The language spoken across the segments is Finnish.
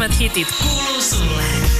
Uusimmat hitit kuuluu sulle.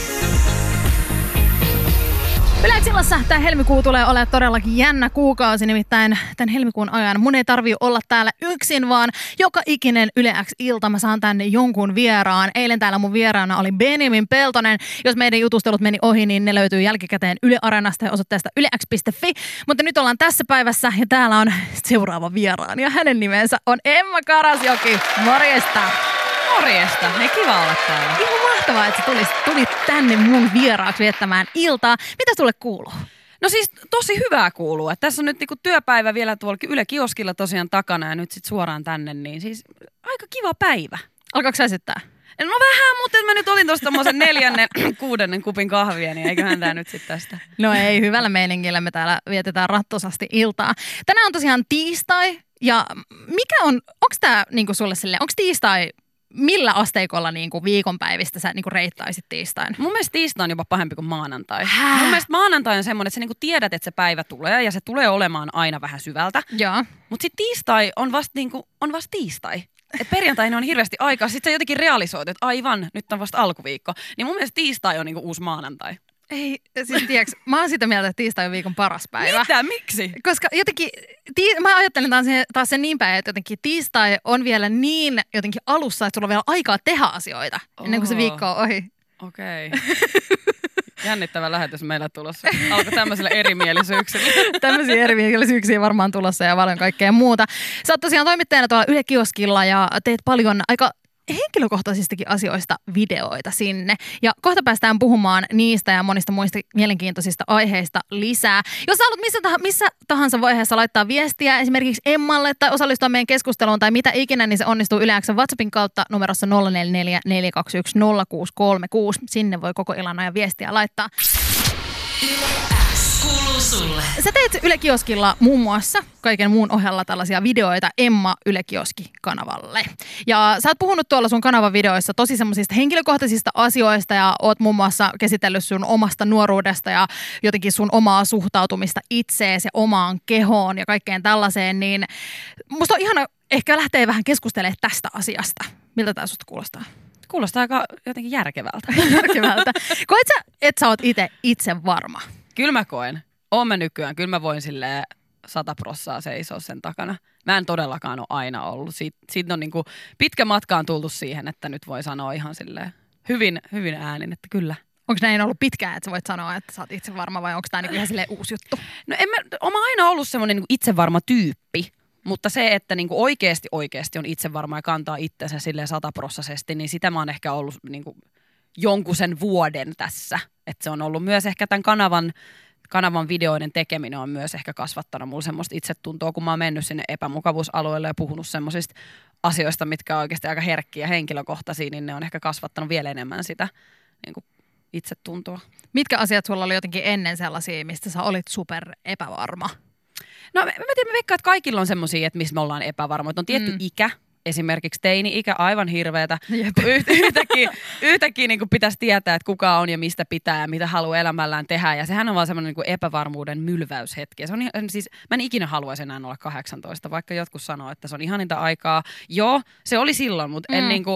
Yleisillassa tämä helmikuu tulee olemaan todellakin jännä kuukausi, nimittäin tämän helmikuun ajan mun ei tarvitse olla täällä yksin, vaan joka ikinen Yle X-ilta mä saan tänne jonkun vieraan. Eilen täällä mun vieraana oli Benjamin Peltonen. Jos meidän jutustelut meni ohi, niin ne löytyy jälkikäteen Yle Areenasta ja osoitteesta ylex.fi. Mutta nyt ollaan tässä päivässä ja täällä on seuraava vieraan ja hänen nimensä on Emma Karasjoki. Morjesta! Morjesta, hei kiva olla täällä. Ihan mahtavaa, että sä tulit tänne mun vieraaksi viettämään iltaa. Mitä sulle kuuluu? No siis tosi hyvää kuuluu. Että tässä on nyt niinku työpäivä vielä tuolla Yle Kioskilla tosiaan takana ja nyt sit suoraan tänne, niin siis aika kiva päivä. Alkaako sä esittää? No vähän, mutta mä nyt olin tuossa tommosen 6. kupin kahvia, niin eiköhän tää nyt sit tästä. No ei, hyvällä meiningillä me täällä vietetään rattosasti iltaa. Tänään on tosiaan tiistai ja onks tää niinku sulle silleen, onks tiistai millä asteikolla niinku viikonpäivistä sä niinku reittaisit tiistain? Mun mielestä tiistai on jopa pahempi kuin maanantai. Mun mielestä maanantai on semmoinen, että sä niinku tiedät, että se päivä tulee ja se tulee olemaan aina vähän syvältä. Joo. Mut sit tiistai on vasta tiistai. Et perjantaina on hirveästi aikaa, sit sä jotenkin realisoit, että aivan, nyt on vasta alkuviikko. Niin mun mielestä tiistai on niinku uusi maanantai. Ei, siis tiiäks, mä oon sitä mieltä, että tiistai on viikon paras päivä. Mitä? Miksi? Koska jotenkin, mä ajattelen taas sen niin päin, että jotenkin tiistai on vielä niin jotenkin alussa, että sulla on vielä aikaa tehdä asioita ennen kuin se viikko on ohi. Okei. Jännittävä lähetys meillä tulossa. Alkoi tämmöiselle erimielisyyksille. Tämmöisiä erimielisyyksiä varmaan tulossa ja paljon kaikkea muuta. Sä oot tosiaan toimittajana tuolla Yle Kioskilla ja teet paljon aika henkilökohtaisistakin asioista videoita sinne. Ja kohta päästään puhumaan niistä ja monista muista mielenkiintoisista aiheista lisää. Jos sä haluat missä tahansa vaiheessa laittaa viestiä esimerkiksi Emmalle tai osallistua meidän keskusteluun tai mitä ikinä, niin se onnistuu Yle X:n WhatsAppin kautta numerossa 044 421 0636. Sinne voi koko illan ajan viestiä laittaa. Yle X kuuluu sulle. Sä teet Yle Kioskilla muun muassa kaiken muun ohella tällaisia videoita Emma Yle Kioski-kanavalle. Ja sä oot puhunut tuolla sun kanavan videoissa tosi semmoisista henkilökohtaisista asioista ja oot muun muassa käsitellyt sun omasta nuoruudesta ja jotenkin sun omaa suhtautumista itseesi ja omaan kehoon ja kaikkeen tällaiseen, niin musta on ihana ehkä lähteä vähän keskustelemaan tästä asiasta. Miltä tää susta kuulostaa? Kuulostaa aika jotenkin järkevältä. Järkevältä. Koet sä, että sä oot itse varma? Kyllä mä koen. Oon mä nykyään. Kyllä mä voin silleen 100% seisoa sen takana. Mä en todellakaan ole aina ollut. Siitä on niinku pitkä matka on tultu siihen, että nyt voi sanoa ihan silleen hyvin äänin, että kyllä. Onko näin ollut pitkään, että sä voit sanoa, että sä oot itse varma vai onko tää niinku ihan silleen uusi juttu? No oon mä aina ollut semmoinen niinku itsevarma tyyppi. Mutta se, että niinku oikeasti on itsevarma ja kantaa itsensä silleen 100%, niin sitä mä oon ehkä ollut niinku jonkun sen vuoden tässä. Että se on ollut myös ehkä tämän kanavan videoiden tekeminen on myös ehkä kasvattanut mulle semmoista itsetuntoa, kun mä oon mennyt sinne epämukavuusalueelle ja puhunut semmoisista asioista, mitkä on oikeasti aika herkkiä ja henkilökohtaisia, niin ne on ehkä kasvattanut vielä enemmän sitä niinku itsetuntoa. Mitkä asiat sulla oli jotenkin ennen sellaisia, mistä sä olit super epävarma? No mä veikkaan, että kaikilla on semmoisia, että missä me ollaan epävarmoja. On tietty ikä, esimerkiksi teini-ikä, aivan hirveetä. Yhtäkkiä niin kuin pitäisi tietää, että kuka on ja mistä pitää ja mitä haluaa elämällään tehdä. Ja sehän on vaan semmoinen niin kuin epävarmuuden mylväyshetki. Ja se on siis, mä en ikinä haluaisi enää olla 18, vaikka jotkut sanoo, että se on ihaninta aikaa. Joo, se oli silloin, mutta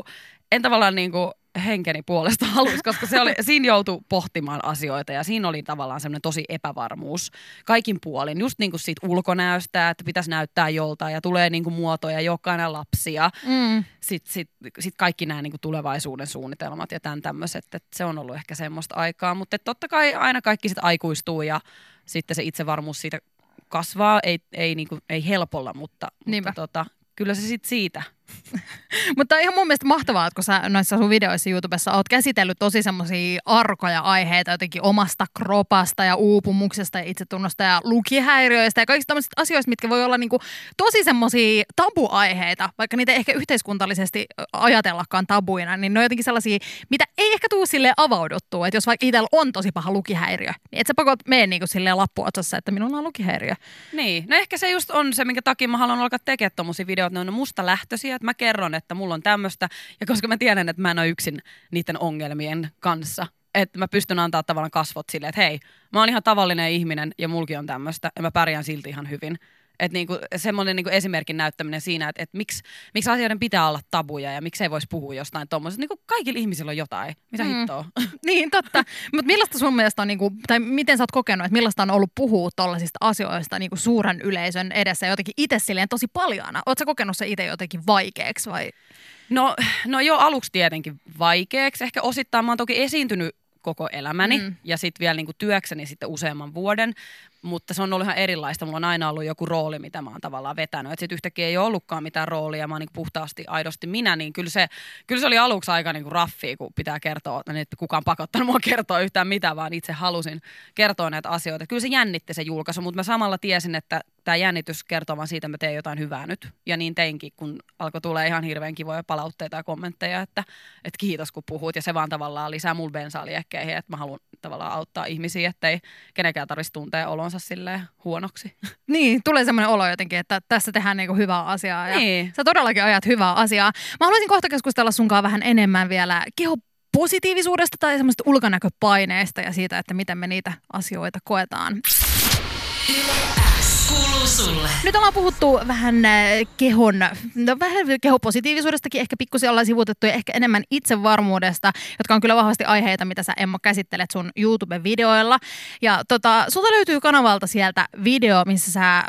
en tavallaan niin kuin henkeni puolesta haluaisi, koska siinä joutui pohtimaan asioita ja siinä oli tavallaan semmoinen tosi epävarmuus kaikin puolin. Just niin kuin siitä ulkonäöstä, että pitäisi näyttää joltain ja tulee niin kuin muotoja, jokainen lapsi ja sit kaikki nämä niin kuin tulevaisuuden suunnitelmat ja tämän tämmöiset, että se on ollut ehkä semmoista aikaa, mutta totta kai aina kaikki sit aikuistuu ja sitten se itsevarmuus siitä kasvaa, ei helpolla, mutta kyllä se sitten siitä. Mutta ihan mun mielestä mahtavaa, että kun sä noissa sun videoissa YouTubessa oot käsitellyt tosi semmosia arkoja aiheita jotenkin omasta kropasta ja uupumuksesta ja itsetunnosta ja lukihäiriöistä ja kaikista tämmöisistä asioista, mitkä voi olla niinku tosi semmosia tabuaiheita, vaikka niitä ei ehkä yhteiskuntallisesti ajatellakaan tabuina, niin ne on jotenkin sellaisia, mitä ei ehkä tuu silleen avauduttua, että jos vaikka itsellä on tosi paha lukihäiriö, niin et sä pakot mene niinku silleen lappuotsassa, että minulla on lukihäiriö. Niin, no ehkä se just on se, minkä takia mä haluan alkaa tekemään tommosia videoita, ne on musta lähtöisiä, että mä kerron, että mulla on tämmöistä, ja koska mä tiedän, että mä en ole yksin niiden ongelmien kanssa, että mä pystyn antaa tavallaan kasvot silleen, että hei, mä oon ihan tavallinen ihminen, ja mulki on tämmöistä, ja mä pärjään silti ihan hyvin. Että niinku, semmoinen niinku esimerkin näyttäminen siinä, että miksi asioiden pitää olla tabuja ja miksi ei voisi puhua jostain tuommoisesta. Niinku kaikilla ihmisillä on jotain. Mitä hittoa? Niin, totta. Mutta millaista sun mielestä on, niinku, tai miten sä oot kokenut, että millaista on ollut puhua tollaisista asioista niinku suuren yleisön edessä jotenkin itse silleen tosi paljana? Oot sä kokenut se itse jotenkin vaikeaksi vai? No jo aluksi tietenkin vaikeaksi. Ehkä osittain mä oon toki esiintynyt koko elämäni ja sitten vielä niinku työkseni sitten useamman vuoden. Mutta se on ollut ihan erilaista. Mulla on aina ollut joku rooli, mitä mä oon tavallaan vetänyt. Että sitten yhtäkkiä ei ole ollutkaan mitään roolia. Mä oon niin puhtaasti, aidosti minä. Niin kyllä se oli aluksi aika niin raffia, kun pitää kertoa, että kukaan pakottanut mua kertoa yhtään mitään, vaan itse halusin kertoa näitä asioita. Kyllä se jännitti se julkaisu, mutta mä samalla tiesin, että tämä jännitys kertoo vaan siitä, että mä teen jotain hyvää nyt. Ja niin teinkin, kun alkoi tulla ihan hirveän kivoja palautteita ja kommentteja, että kiitos kun puhut. Ja se vaan tavallaan lisää mulle bensaa liekkeihin, että mä haluan tavallaan auttaa ihmisiä, ettei kenenkään tarvitsisi tuntea olonsa silleen huonoksi. Niin, tulee semmoinen olo jotenkin, että tässä tehdään niinku hyvää asiaa. Ja niin. Sä todellakin ajat hyvää asiaa. Mä haluaisin kohta keskustella sunkaan vähän enemmän vielä kehopositiivisuudesta tai semmoista ulkonäköpaineista ja siitä, että miten me niitä asioita koetaan. Kuuluu sulle. Nyt ollaan puhuttu vähän vähän kehopositiivisuudestakin, ehkä pikkusen ollaan sivuutettu ja ehkä enemmän itsevarmuudesta, jotka on kyllä vahvasti aiheita, mitä sä Emma käsittelet sun YouTube-videoilla. Ja sulta löytyy kanavalta sieltä video, missä sä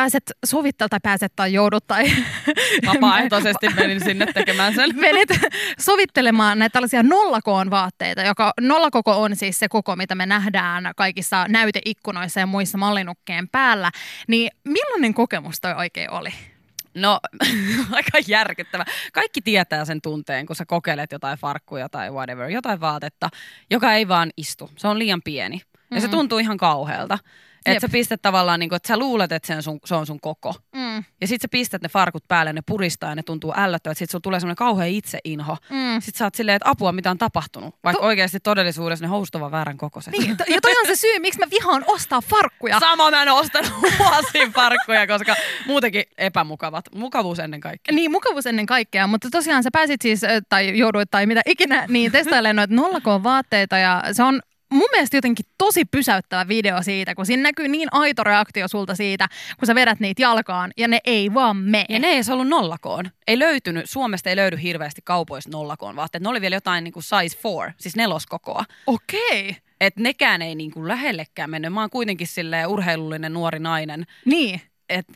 pääset tai joudut tai vapaaehtoisesti menin sinne tekemään sen. Menet sovittelemaan näitä tällaisia nollakoon vaatteita, joka nollakoko on siis se koko, mitä me nähdään kaikissa näyteikkunoissa ja muissa mallinukkeen päällä. Niin millainen kokemus toi oikein oli? No, aika järkyttävä. Kaikki tietää sen tunteen, kun sä kokeilet jotain farkkuja tai whatever, jotain vaatetta, joka ei vaan istu. Se on liian pieni. Ja se tuntuu ihan kauhealta. Että sä pistät tavallaan, niin kuin, että sä luulet, että se on sun koko. Ja sit sä pistät ne farkut päälle, ne puristaa ja ne tuntuu ällöttävät. Sit sulla tulee semmoinen kauhea itseinho. Sit sä oot silleen, että apua, mitä on tapahtunut. Vaikka oikeasti todellisuudessa ne housut ovat väärän kokoiset. Niin, ja toi on se syy, miksi mä vihaan ostaa farkkuja. Sama mä en ostanut vuosiin farkkuja, koska muutenkin epämukavat. Mukavuus ennen kaikkea. Niin, mukavuus ennen kaikkea. Mutta tosiaan sä pääsit siis, tai jouduit tai mitä ikinä, niin testailemaan noita nollakoon vaatteita ja se on mun mielestä jotenkin tosi pysäyttävä video siitä, kun siinä näkyy niin aito reaktio sulta siitä, kun sä vedät niitä jalkaan ja ne ei vaan mene. Ja ne ei edes ollut nollakoon. Suomesta ei löydy hirveästi kaupoista nollakoon vaatteet. Ne oli vielä jotain niin kuin size 4, siis neloskokoa. Okei. Että nekään ei niin kuin lähellekään mennyt. Mä oon kuitenkin silleen urheilullinen nuori nainen. Niin. Että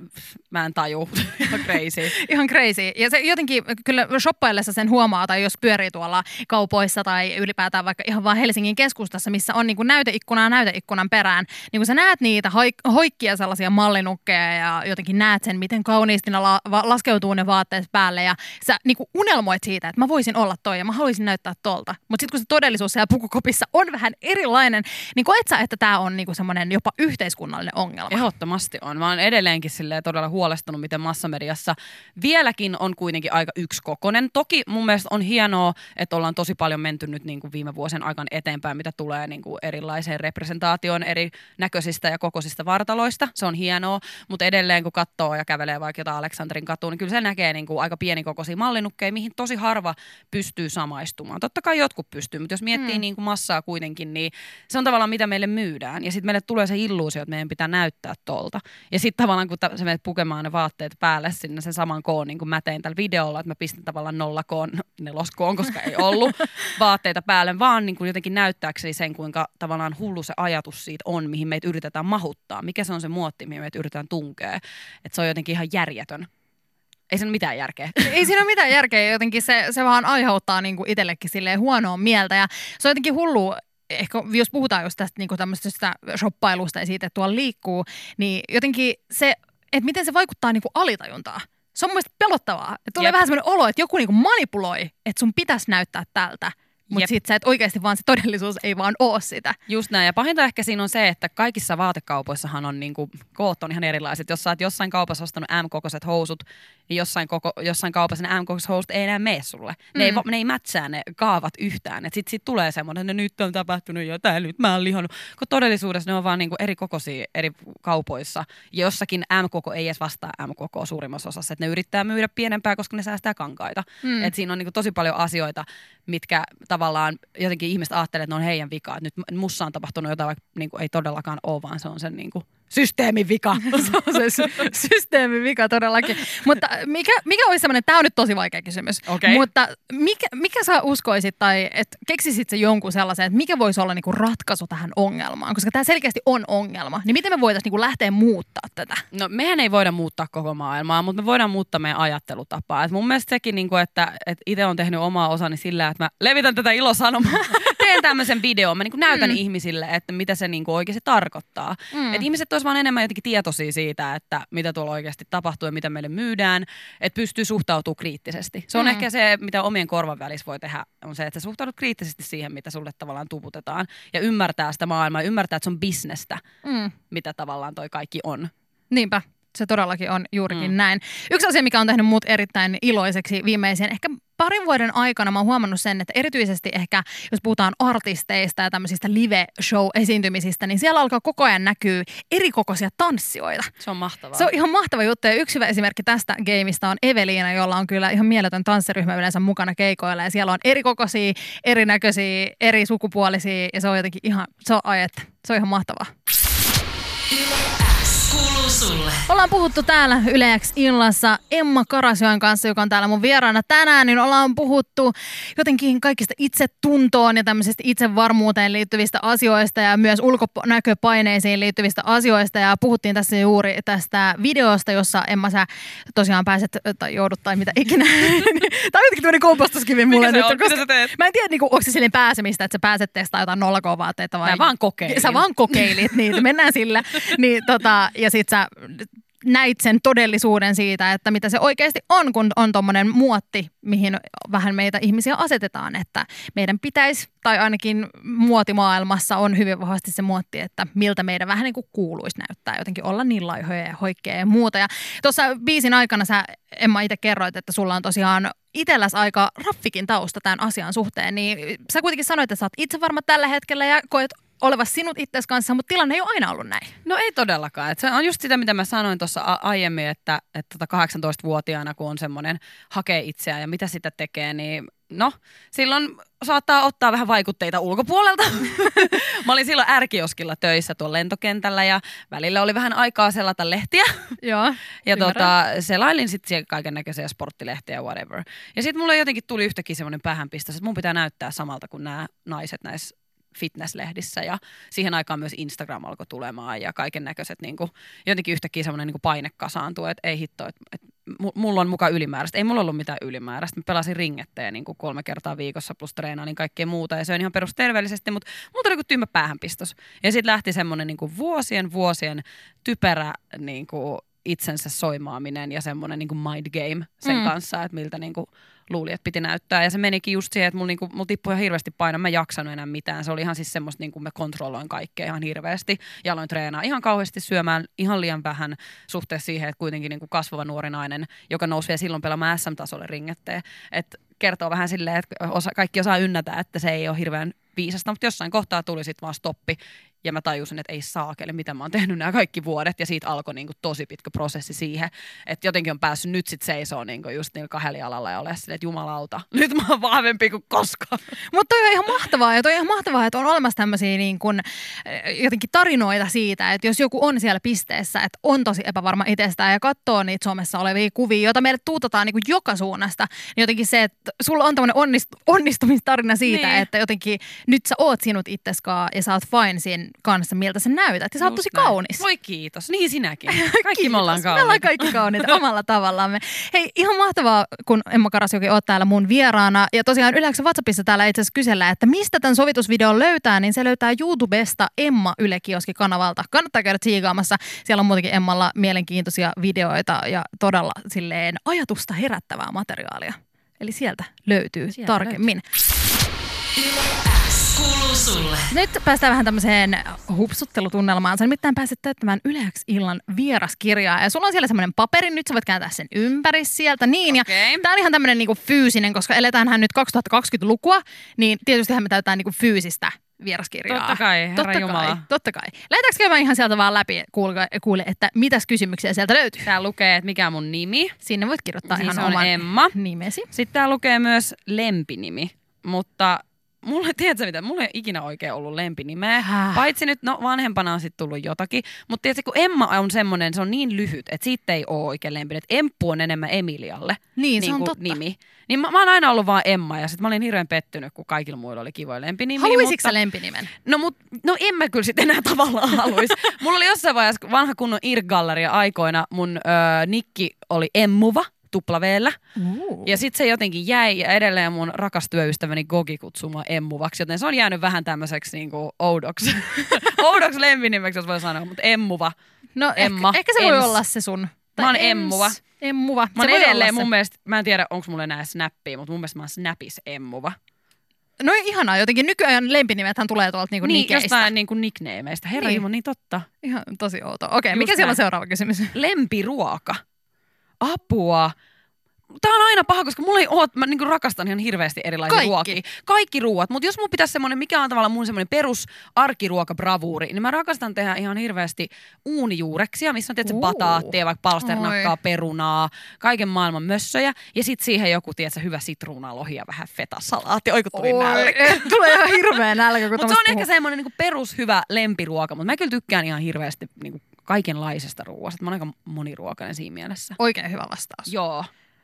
mä en taju. Ihan crazy. Ihan crazy. Ja se jotenkin kyllä shoppaillessa sen huomaa, tai jos pyörii tuolla kaupoissa tai ylipäätään vaikka ihan vaan Helsingin keskustassa, missä on niin kuin näyteikkunan perään, niin kun sä näet niitä hoikkia sellaisia mallinukkeja ja jotenkin näet sen, miten kauniisti ne laskeutuu ne vaatteet päälle ja sä niin kuin unelmoit siitä, että mä voisin olla toi ja mä haluaisin näyttää tolta. Mutta sitten kun se todellisuus siellä pukukopissa on vähän erilainen, niin koet sä, että tää on niin kuin semmoinen jopa yhteiskunnallinen ongelma? Ehdottomasti on. Mä oon edelleenkin silleen todella huolestunut, miten massamediassa vieläkin on kuitenkin aika yksikokoinen. Toki mun mielestä on hienoa, että ollaan tosi paljon menty nyt niin kuin viime vuosien aikana eteenpäin, mitä tulee niin kuin erilaiseen representaatioon eri näköisistä ja kokoisista vartaloista. Se on hienoa, mutta edelleen kun katsoo ja kävelee vaikka jotain Aleksanterin katua, niin kyllä se näkee niin kuin aika pienikokoisia mallinukkeja, mihin tosi harva pystyy samaistumaan. Totta kai jotkut pystyy, mutta jos miettii niin kuin massaa kuitenkin, niin se on tavallaan mitä meille myydään. Ja sitten meille tulee se illuusio, että meidän pitää näyttää tolta. Ja sitten tavallaan, kun sä menet pukemaan ne vaatteet päälle sinne sen saman koon, niin kuin mä tein tällä videolla, että mä pistin tavallaan nollakoon, neloskoon, koska ei ollut vaatteita päälle, vaan niin kuin jotenkin näyttääkseni sen, kuinka tavallaan hullu se ajatus siitä on, mihin meitä yritetään mahuttaa. Mikä se on se muotti, mihin meitä yritetään tunkea. Että se on jotenkin ihan järjetön. Ei siinä ole mitään järkeä. Ei siinä ole mitään järkeä. Jotenkin se vaan aiheuttaa niin kuin itsellekin silleen huonoa mieltä ja se on jotenkin hullu. Ehkä jos puhutaan just tästä niin tämmöisestä shoppailusta ja siitä, että tuolla liikkuu, niin jotenkin se, että miten se vaikuttaa niin kuin alitajuntaan. Se on mun mielestä pelottavaa. Että tulee vähän semmoinen olo, että joku niin kuin manipuloi, että sun pitäisi näyttää tältä. Mutta sitten sä et oikeasti vaan se todellisuus ei vaan oo sitä. Just näin. Ja pahinta ehkä siinä on se, että kaikissa vaatekaupoissahan on niinku, koot on ihan erilaiset. Jos sä oot jossain kaupassa ostanut M-kokoiset housut, niin jossain kaupassa ne M-kokoiset housut ei enää mene sulle. Ne ei mätsää ne kaavat yhtään. Et sit tulee semmoinen, että nyt on tapahtunut jotain, nyt mä oon lihonnut. Kun todellisuudessa ne on vaan niinku eri kokoisia eri kaupoissa. Ja jossakin M-koko ei edes vastaa M-kokoa suurimmassa osassa. Et ne yrittää myydä pienempää, koska ne säästää kankaita. Et siinä on niinku tosi paljon asioita, mitkä tavallaan jotenkin ihmiset ajattelee, että ne on heidän vikaa. Että nyt mussa on tapahtunut jotain, vaikka niin kuin ei todellakaan ole, vaan se on sen niin kuin systeemin vika. Se on se systeemin vika todellakin. Mutta mikä olisi semmoinen, tämä on nyt tosi vaikea kysymys, mutta mikä sä uskoisit tai että keksisit se jonkun sellaisen, että mikä voisi olla niinku ratkaisu tähän ongelmaan? Koska tämä selkeästi on ongelma. Niin miten me voitaisiin niinku lähteä muuttaa tätä? No mehän ei voida muuttaa koko maailmaa, mutta me voidaan muuttaa meidän ajattelutapaa. Et mun mielestä sekin, niinku, että itse on tehnyt omaa osani sillä, että mä levitän tätä ilosanomaa. Teen tämmöisen videon, mä niinku näytän ihmisille, että mitä se niinku oikeasti tarkoittaa. Että ihmiset olisi vaan enemmän jotenkin tietoisia siitä, että mitä tuolla oikeasti tapahtuu ja mitä meille myydään, että pystyy suhtautumaan kriittisesti. Se on ehkä se, mitä omien korvan välissä voi tehdä, on se, että sä suhtaudut kriittisesti siihen, mitä sulle tavallaan tuputetaan ja ymmärtää sitä maailmaa, ymmärtää, että se on bisnestä, mitä tavallaan toi kaikki on. Niinpä. Se todellakin on juurikin näin. Yksi asia, mikä on tehnyt mut erittäin iloiseksi viimeisen ehkä parin vuoden aikana, mä oon huomannut sen, että erityisesti ehkä, jos puhutaan artisteista ja tämmöisistä live-show-esiintymisistä, niin siellä alkaa koko ajan näkyä erikokoisia tanssijoita. Se on mahtavaa. Se on ihan mahtava juttu ja yksi hyvä esimerkki tästä gameista on Eveliina, jolla on kyllä ihan mieletön tanssiryhmä yleensä mukana keikoilla ja siellä on erikokoisia, erinäköisiä, eri sukupuolisia ja se on jotenkin ihan, se on ihan mahtavaa. Kuuluu sulle. Ollaan puhuttu täällä Yle X illassa Emma Karasjoen kanssa, joka on täällä mun vieraana tänään, niin ollaan puhuttu jotenkin kaikista itsetuntoon ja tämmöisistä itsevarmuuteen liittyvistä asioista ja myös ulkonäköpaineisiin liittyvistä asioista ja puhuttiin tässä juuri tästä videosta, jossa Emma sä tosiaan pääset tai joudut tai mitä ikinä. Tämä on jotenkin tämmöinen kompostuskivi mulle nyt. Mitä sä teet? Mä en tiedä, niin onko se silleen pääsemistä, että sä pääset testaamaan jotain nollakovaatteita vai? Mä vaan kokeilin. Sä vaan kokeilit niitä, mennään sillä. Niin, ja sit sä näit sen todellisuuden siitä, että mitä se oikeasti on, kun on tommonen muotti, mihin vähän meitä ihmisiä asetetaan, että meidän pitäisi, tai ainakin muotimaailmassa on hyvin vahvasti se muotti, että miltä meidän vähän niin kuin kuuluisi näyttää, jotenkin olla niin laihoja ja hoikkeja ja muuta. Ja tuossa biisin aikana sä, Emma, itse kerroit, että sulla on tosiaan itselläsi aika raffikin tausta tämän asian suhteen, niin sä kuitenkin sanoit, että sä oot itse varma tällä hetkellä ja koet oleva sinut itses kanssa, mutta tilanne ei ole aina ollut näin. No ei todellakaan. Et se on just sitä, mitä mä sanoin tuossa aiemmin, että 18-vuotiaana, kun on semmoinen hakee itseään ja mitä sitä tekee, niin no silloin saattaa ottaa vähän vaikutteita ulkopuolelta. Mä olin silloin R-kioskilla töissä tuolla lentokentällä ja välillä oli vähän aikaa selata lehtiä. Joo, ja selailin sitten kaiken näköisiä sporttilehtiä ja whatever. Ja sitten mulle jotenkin tuli yhtäkkiä semmoinen päähänpistys, että mun pitää näyttää samalta kuin nämä naiset näissä fitnesslehdissä ja siihen aikaan myös Instagram alkoi tulemaan ja kaiken näköiset niinku, jotenkin yhtäkkiä semmoinen niinku paine kasaantuu, että ei hitto, että mulla on mukaan ylimääräistä. Ei mulla ollut mitään ylimääräistä. Mä pelasin ringettejä niinku 3 kertaa viikossa plus treenailin kaikkea muuta ja se on ihan perusterveellisesti, mutta mulla tuli joku tyhmä päähänpistos. Ja sitten lähti semmoinen niinku vuosien typerä niinku itsensä soimaaminen ja semmoinen niinku mind game sen kanssa, että miltä niinku luuli, että piti näyttää. Ja se menikin just siihen, että mulla tippui ihan hirveästi painoa. Mä en jaksanut enää mitään. Se oli ihan siis semmoista, niin kuin mä kontrolloin kaikkea ihan hirveästi. Ja aloin treenaa ihan kauheasti syömään ihan liian vähän suhteessa siihen, että kuitenkin niin kuin kasvava nuori nainen, joka nousi vielä silloin pelaamaan SM-tasolle ringettejä. Että kertoo vähän silleen, että kaikki osaa ynnätä, että se ei ole hirveän viisasta. Mutta jossain kohtaa tuli sitten vaan stoppi. Ja mä tajusin, että ei saakele, mitä mä oon tehnyt nämä kaikki vuodet. Ja siitä alkoi niinku tosi pitkä prosessi siihen, että jotenkin on päässyt nyt sit seisoo niinku just niillä 2 jalalla ja ole silleen, että jumalauta, nyt mä oon vahvempi kuin koskaan. Mutta toi on ihan mahtavaa ja toi on ihan mahtavaa, että on olemassa tämmöisiä niin kun, jotenkin tarinoita siitä, että jos joku on siellä pisteessä, että on tosi epävarma itsestään ja katsoo niitä somessa olevia kuvia, joita meille tuutetaan niin kuin joka suunnasta, niin jotenkin se, että sulla on tämmöinen onnistumistarina siitä, niin, että jotenkin nyt sä oot sinut itseskaan ja sä oot fine siinä kanssa, miltä sä näytät. Ja sä oot tosi kaunis. Voi kiitos. Niin sinäkin. Kaikki me ollaan kauniita. Me ollaan kaikki kauniita omalla tavallamme. Hei, ihan mahtavaa, kun Emma Karasjoki oot täällä mun vieraana. Ja tosiaan Yle X:n WhatsAppissa täällä itse asiassa kysellään, että mistä tämän sovitusvideon löytää, niin se löytää YouTubesta Emma Yle Kioski-kanavalta. Kannattaa käydä tsiigaamassa. Siellä on muutenkin Emmalla mielenkiintoisia videoita ja todella silleen ajatusta herättävää materiaalia. Eli sieltä löytyy tarkemmin. Kuuluu sulle. Nyt päästään vähän tämmöiseen hupsuttelutunnelmaan. Sä nimittäin pääset täyttämään Yle X illan vieraskirjaa. Ja sulla on siellä semmoinen paperi, nyt sä voit kääntää sen ympäri sieltä. Niin, okay. Ja tää on ihan tämmöinen niinku fyysinen, koska eletäänhän nyt 2020-lukua, niin tietystihän me täytetään niinku fyysistä vieraskirjaa. Totta kai, Herra Jumala. Totta kai. Lähdetäänkö käymään ihan sieltä vaan läpi, kuule, että mitäs kysymyksiä sieltä löytyy? Tää lukee, että mikä on mun nimi. Sinne voit kirjoittaa siis ihan oman Emma. nimesi. Sitten tää lukee myös lempinimi, mutta tiedätkö mitä, mulla ei ikinä oikein ollut lempinimeä. Paitsi nyt, vanhempana on sitten tullut jotakin. Mutta tiedätkö, kun Emma on semmoinen, se on niin lyhyt, että siitä ei ole oikein lempinen. Emppu on enemmän Emilialle. Niin, se on totta. Nimi. Niin mä oon aina ollut vaan Emma ja sit mä olin hirveän pettynyt, kun kaikilla muilla oli kivoja lempinimiä. Haluaisitko sä lempinimen? No en mä kyllä sit enää tavallaan haluaisi. Mulla oli jossain vaiheessa vanha kunnon Irk-galleria aikoina, mun nikki oli Emmuva. Tuplaveellä. Ja sitten se jotenkin jäi ja edelleen mun rakas työystäväni Gogi kutsuu mua Emmuvaksi, joten se on jäänyt vähän tämmöiseksi niinku oudoksi lempinimeksi, jos voi sanoa, mutta Emmuva. No Emma, ehkä se voi olla se sun. Mä oon Emmuva. Emmuva. Mä oon edelleen mun mielestä, mä en tiedä onko mulla enää snappia, mutta mun mielestä mä oon Snapis Emmuva. No ihanaa jotenkin. Nykyajan lempinimethän tulee tuolta niinku niin, nikeistä. Jostain niinku nicknameista. Herra Jumala, niin totta. Ihan tosi outoa. Okei, mikä siellä on seuraava kysymys? Lempiruoka. Apua. Tää on aina paha, koska mulla ei oo, mä niinku rakastan ihan hirveästi erilaisia ruokia. Kaikki ruoat, mutta jos mun pitäisi semmonen, mikä on tavallaan mun semmonen perus arkiruokabravuuri, niin mä rakastan tehdä ihan hirveästi uunijuureksia, missä on tietysti bataattia, vaikka palsternakkaa, perunaa, kaiken maailman mössöjä. Ja sit siihen joku, tiedätkö, hyvä sitruunalohi ja vähän fetasalaatti. Oi, kun tuli nälkä. Tulee ihan hirveä nälkä, kun mutta se on ehkä semmonen niinku perushyvä lempiruoka, mutta mä kyllä tykkään ihan hirveästi niinku kaikenlaisesta ruoasta. Mä oon aika moniruokainen siinä mielessä. Oikein hyvä vastaus. Joo.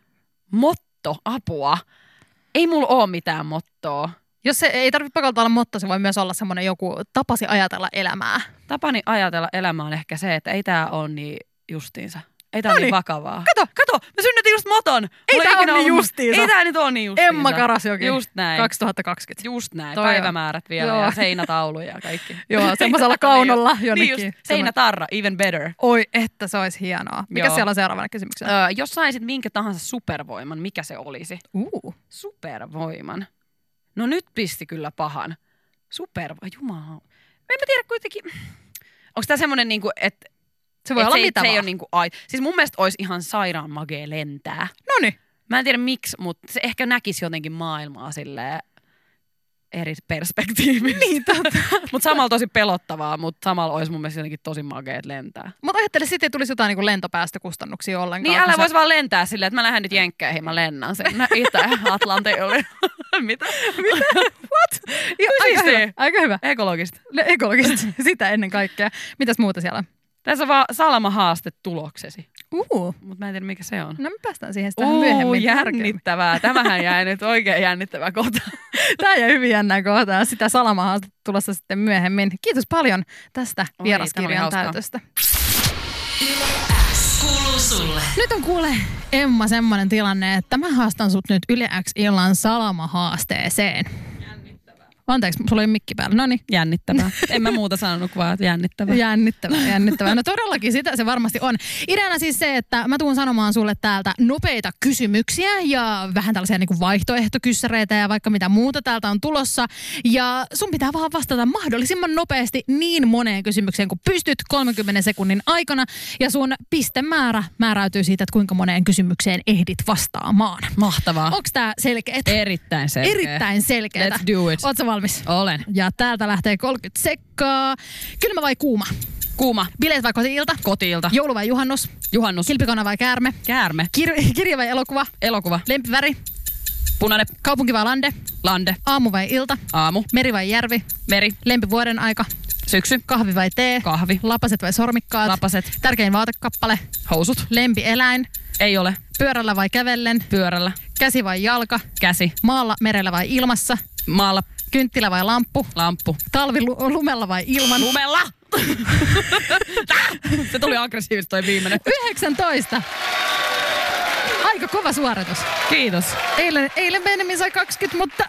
Motto, apua. Ei mulla oo mitään mottoa. Jos se ei tarvitse pakolta olla motto, se voi myös olla semmoinen joku tapasi ajatella elämää. Tapani ajatella elämää on ehkä se, että ei tää ole niin justiinsa. Ei tää ole niin vakavaa. Kato, mä synnytin just moton. Ei tää ole niin justiinsa. Ei tää nyt ole niin justiinsa. Emma Karasjoki. Just näin. 2020. Just näin. Toi Päivämäärät vielä ja seinätauluja ja kaikki. Joo, semmoisella kaunolla jonnekin. Niin just, seinätarra, even better. Oi, että se olisi hienoa. Mikä siellä on seuraavana kysymyksenä? Jos saisit minkä tahansa supervoiman, mikä se olisi? Supervoiman. No nyt pisti kyllä pahan. Jumala. En mä tiedä kuitenkin. Onko tää semmonen niinku, että se voi olla mitä se vaan. Ei ole niinku, siis mun mielestä olisi ihan sairaan magee lentää. Noniin. Mä en tiedä miksi, mutta se ehkä näkisi jotenkin maailmaa silleen eri perspektiivistä. Niin totta. Mutta samalla tosi pelottavaa, mutta samalla olisi mun mielestä jotenkin tosi mageet lentää. Mutta ajattele, sitten ei tulisi jotain niin kuin lentopäästökustannuksia ollenkaan. Niin älä vois vaan lentää silleen, että mä lähden nyt Jenkkeihin, mä lennän sinne Itä-Atlantille. Mitä? What? Aika hyvä. Ekologista. Ekologista. Sitä ennen kaikkea. Mitäs muuta siellä on? Tässä on vaan Salama-haaste tuloksesi. Mutta mä en tiedä, mikä se on. No me päästään siihen sitten myöhemmin. Jännittävää. Tämähän jäi nyt oikein jännittävää kohta. Tämä jäi hyvin jännää kohtaa. Sitä Salama-haastetta tulossa sitten myöhemmin. Kiitos paljon tästä vieraskirjan täytöstä. Kuuluu sulle. Nyt on kuule Emma semmoinen tilanne, että mä haastan sut nyt Yle X illan Salama-haasteeseen. Anteeksi, sulla oli mikki päällä. Noniin. Jännittävää. En mä muuta sanonut kuin vaan, että jännittävää. Jännittävää. No todellakin sitä se varmasti on. Ideana siis se, että mä tuun sanomaan sulle täältä nopeita kysymyksiä ja vähän tällaisia niin kuin vaihtoehtokyssäreitä ja vaikka mitä muuta täältä on tulossa. Ja sun pitää vaan vastata mahdollisimman nopeasti niin moneen kysymykseen kuin pystyt 30 sekunnin aikana. Ja sun pistemäärä määräytyy siitä, että kuinka moneen kysymykseen ehdit vastaamaan. Mahtavaa. Onks tää selkeet? Erittäin selkeä. Erittäin selkeetä. Let's do it. Ootko valmis? Olen. Ja täältä lähtee 30 sekkaa. Kylmä vai kuuma? Kuuma. Bileet vai koti-ilta? Koti-ilta. Joulu vai juhannus? Juhannus. Kilpikonna vai käärme? Käärme. Kirja vai elokuva? Elokuva. Lempiväri? Punainen. Kaupunki vai lande? Lande. Aamu vai ilta? Aamu. Meri vai järvi? Meri. Lempivuoden aika? Syksy. Kahvi vai tee? Kahvi. Lapaset vai sormikkaat? Lapaset. Tärkein vaatekappale? Housut. Lempieläin? Ei ole. Pyörällä vai kävellen? Pyörällä. Käsi vai jalka? Käsi. Maalla, merellä vai ilmassa? Maalla. Kynttilä vai lamppu? Lamppu. Talvi lumella vai ilman? Lumella! Se tuli aggressiivisesti toi viimeinen. 19. Aika kova suoritus. Kiitos. Eilen Benjamin sai 20, mutta...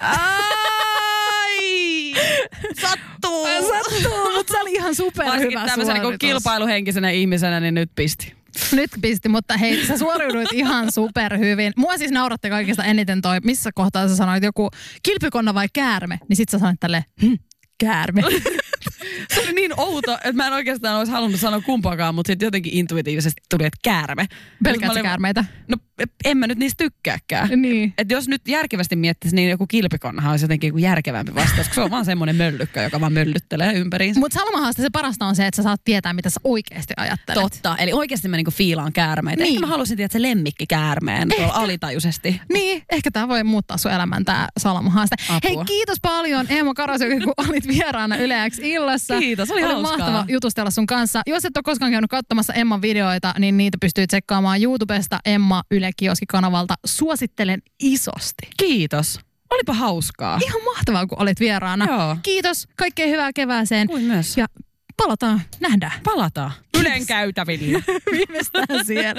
Ai! Sattuu! Mutta se oli ihan superhyvä tämmöisenä suoritus. kilpailuhenkisenä ihmisenä, niin nyt pisti. Nyt pisti, mutta hei, sä suoriuduit ihan superhyvin. Mua siis nauratti kaikista eniten toi, missä kohtaa sä sanoit joku kilpikonna vai käärme, niin sit sä sanoit tälleen, käärme. Se oli niin outo, että mä en oikeastaan olisi halunnut sanoa kumpaakaan, mutta sitten jotenkin intuitiivisesti tuli, että käärme. Pelkäätkö käärmeitä? No en mä nyt niistä tykkääkään. Niin. Että jos nyt järkevästi miettisi, niin joku kilpikonnahan olisi jotenkin joku järkevämpi vastaus, koska se on vaan semmoinen möllykkä, joka vaan möllyttelee ympäriinsä. Mutta Salamahaasta se parasta on se, että sä saat tietää, mitä sä oikeasti ajattelet. Totta, eli oikeasti mä niinku fiilaan käärmeitä. Niin. Ehkä mä halusin tietää, että se lemmikki käärmeen tuolla alitajuisesti. Niin, ehkä tämä voi muuttaa sun elämän, tää Salamahaaste. Apua. Hei, kiitos paljon Emma Karasjoki, kun olit vieraana Yle X illassa. Kiitos, oli hauskaa. mahtava jutustella sun kanssa. Jos et ole koskaan käynyt katsomassa Emman videoita, niin niitä pystyy tsekkaamaan YouTubesta Emma Yle Kioski-kanavalta. Suosittelen isosti. Kiitos. Olipa hauskaa. Ihan mahtavaa, kun olit vieraana. Joo. Kiitos, kaikkea hyvää kevääseen. Kuin myös. Ja nähdään. Palataan. Ylen käytävillä. Viimeistään siellä.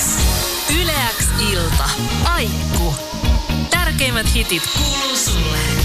Yle X ilta. Aikku. Tärkeimmät hitit kuuluu sulle.